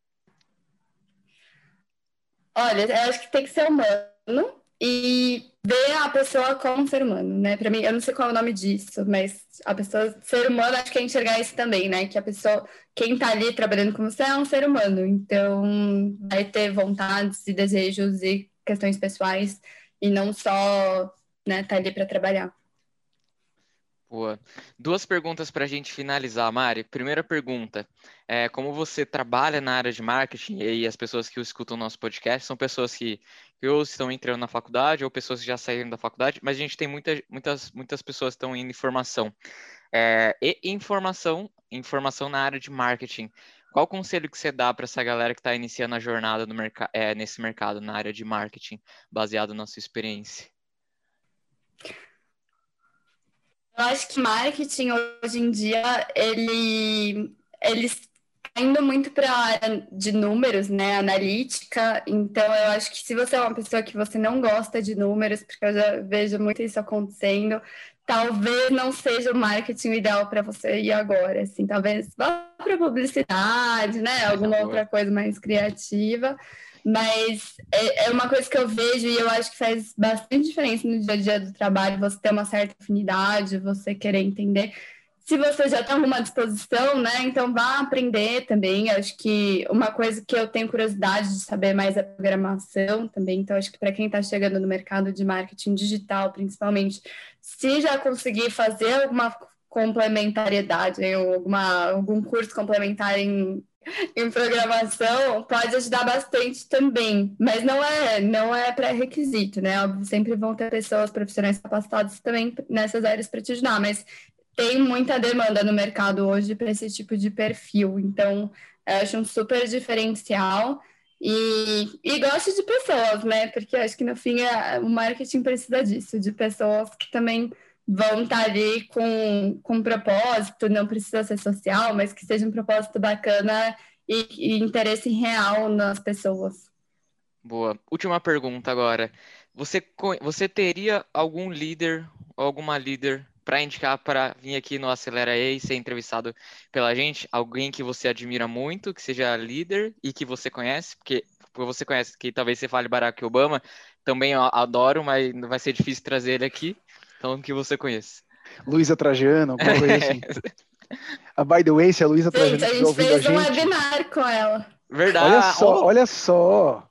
Olha, eu acho que tem que ser humano e ver a pessoa como um ser humano, né? Para mim, eu não sei qual é o nome disso, mas a pessoa, ser humano, acho que é enxergar isso também, né? Que a pessoa, quem tá ali trabalhando com você é um ser humano, então vai ter vontades e desejos e questões pessoais e não só, né, tá ali para trabalhar. Boa. Duas perguntas para a gente finalizar, Mari. Primeira pergunta, como você trabalha na área de marketing e as pessoas que escutam o nosso podcast são pessoas que ou estão entrando na faculdade ou pessoas que já saíram da faculdade, mas a gente tem muitas pessoas que estão indo em formação. E informação na área de marketing. Qual conselho que você dá para essa galera que está iniciando a jornada nesse mercado, na área de marketing, baseado na sua experiência? Eu acho que marketing hoje em dia, eles está indo muito para a área de números, né, analítica. Então, eu acho que se você é uma pessoa que você não gosta de números, porque eu já vejo muito isso acontecendo, talvez não seja o marketing ideal para você ir agora. Assim, talvez vá para publicidade, né, alguma outra coisa mais criativa. Mas é uma coisa que eu vejo e eu acho que faz bastante diferença no dia a dia do trabalho, você ter uma certa afinidade, você querer entender. Se você já tem alguma disposição, né, então vá aprender também. Eu acho que uma coisa que eu tenho curiosidade de saber mais é programação também. Então, acho que para quem está chegando no mercado de marketing digital, principalmente, se já conseguir fazer alguma complementariedade, ou algum curso complementar em programação, pode ajudar bastante também, mas não é pré-requisito, né? Óbvio, sempre vão ter pessoas profissionais capacitadas também nessas áreas para te ajudar, mas tem muita demanda no mercado hoje para esse tipo de perfil, então eu acho um super diferencial e gosto de pessoas, né? Porque acho que no fim o marketing precisa disso, de pessoas que também vão estar ali com um propósito, não precisa ser social, mas que seja um propósito bacana e interesse real nas pessoas. Boa. Última pergunta agora. Você teria algum líder ou alguma líder para indicar para vir aqui no Acelera E e ser entrevistado pela gente? Alguém que você admira muito, que seja líder e que você conhece? Porque você conhece, que talvez você fale Barack Obama, também eu adoro, mas vai ser difícil trazer ele aqui. Então, que você conhece. Luísa Trajano, alguma coisa assim. By the way, se a Luísa Trajano Gente, a estiver gente ouvindo a fez um gente... webinar com ela. Verdade. Olha só.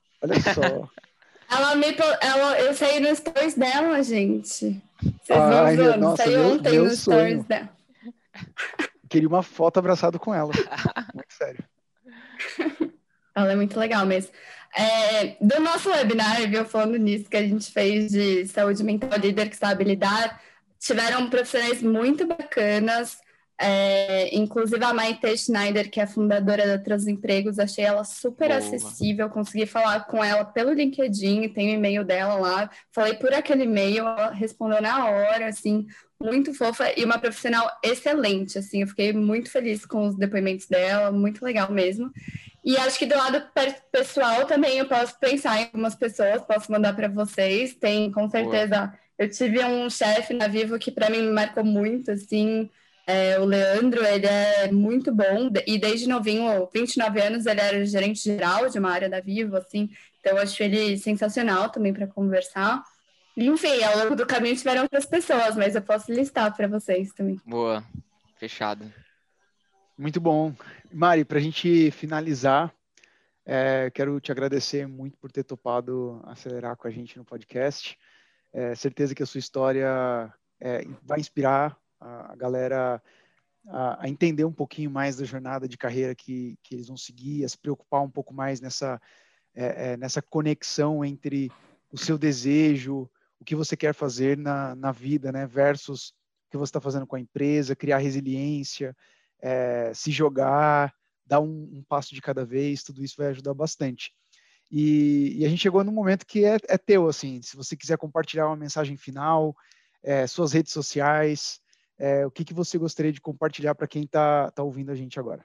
Eu saí no stories dela, gente. Vocês vão usando. Saiu ontem no stories dela. Queria uma foto abraçado com ela. Muito sério. Ela é muito legal mesmo. Do nosso webinar, viu, falando nisso, que a gente fez de saúde mental, líder que sabe lidar, tiveram profissionais muito bacanas, inclusive a Maite Schneider, que é fundadora da Transempregos, achei ela super acessível, consegui falar com ela pelo LinkedIn, tem o e-mail dela lá, falei por aquele e-mail, ela respondeu na hora, assim, muito fofa e uma profissional excelente, assim, eu fiquei muito feliz com os depoimentos dela, muito legal mesmo. E acho que do lado pessoal também eu posso pensar em algumas pessoas, posso mandar para vocês, tem com certeza... Boa. Eu tive um chefe na Vivo que para mim me marcou muito, assim, o Leandro, ele é muito bom, e desde novinho, 29 anos, ele era gerente geral de uma área da Vivo, assim, então eu acho ele sensacional também para conversar. Enfim, ao longo do caminho tiveram outras pessoas, mas eu posso listar para vocês também. Boa, fechado. Muito bom. Mari, para a gente finalizar, quero te agradecer muito por ter topado acelerar com a gente no podcast. Certeza que a sua história vai inspirar a galera a entender um pouquinho mais da jornada de carreira que eles vão seguir, a se preocupar um pouco mais nessa conexão entre o seu desejo, o que você quer fazer na vida, né, versus o que você está fazendo com a empresa, criar resiliência, se jogar, dar um passo de cada vez, tudo isso vai ajudar bastante. E a gente chegou num momento que é teu, assim, se você quiser compartilhar uma mensagem final, suas redes sociais, o que você gostaria de compartilhar para quem tá ouvindo a gente agora?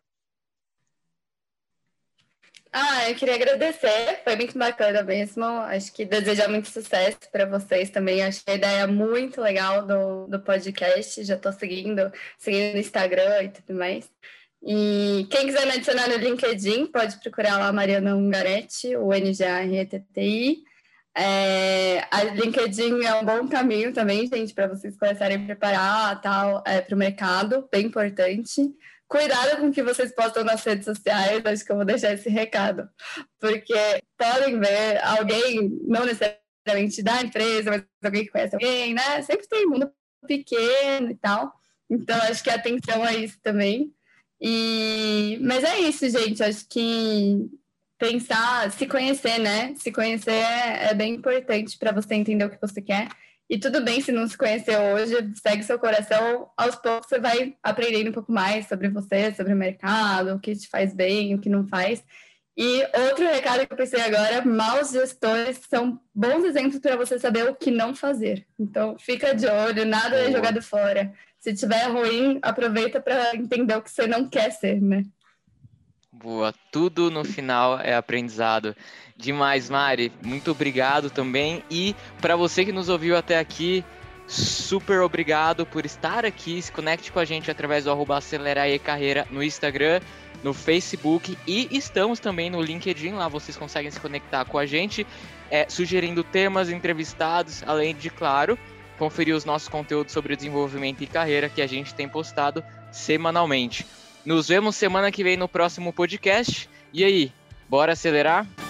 Eu queria agradecer, foi muito bacana mesmo, acho que desejar muito sucesso para vocês também, achei a ideia muito legal do podcast, já estou seguindo no Instagram e tudo mais. E quem quiser me adicionar no LinkedIn, pode procurar lá Mariana Ungaretti, o NGARETTI. A LinkedIn é um bom caminho também, gente, para vocês começarem a preparar tal, para o mercado, bem importante. Cuidado com o que vocês postam nas redes sociais, acho que eu vou deixar esse recado, porque podem ver alguém, não necessariamente da empresa, mas alguém que conhece alguém, né? Sempre tem mundo pequeno e tal, então acho que atenção a isso também. Mas é isso, gente, acho que pensar, se conhecer, né? Se conhecer é bem importante para você entender o que você quer. E tudo bem se não se conhecer hoje, segue seu coração, aos poucos você vai aprendendo um pouco mais sobre você, sobre o mercado, o que te faz bem, o que não faz. E outro recado que eu pensei agora, maus gestores são bons exemplos para você saber o que não fazer. Então, fica de olho, nada é jogado fora. Se tiver ruim, aproveita para entender o que você não quer ser, né? Boa, tudo no final é aprendizado. Demais, Mari, muito obrigado também. E para você que nos ouviu até aqui, super obrigado por estar aqui. Se conecte com a gente através do @aceleraecarreira no Instagram, no Facebook e estamos também no LinkedIn. Lá vocês conseguem se conectar com a gente, sugerindo temas, entrevistados, além de, claro, conferir os nossos conteúdos sobre desenvolvimento e carreira que a gente tem postado semanalmente. Nos vemos semana que vem no próximo podcast. E aí, bora acelerar?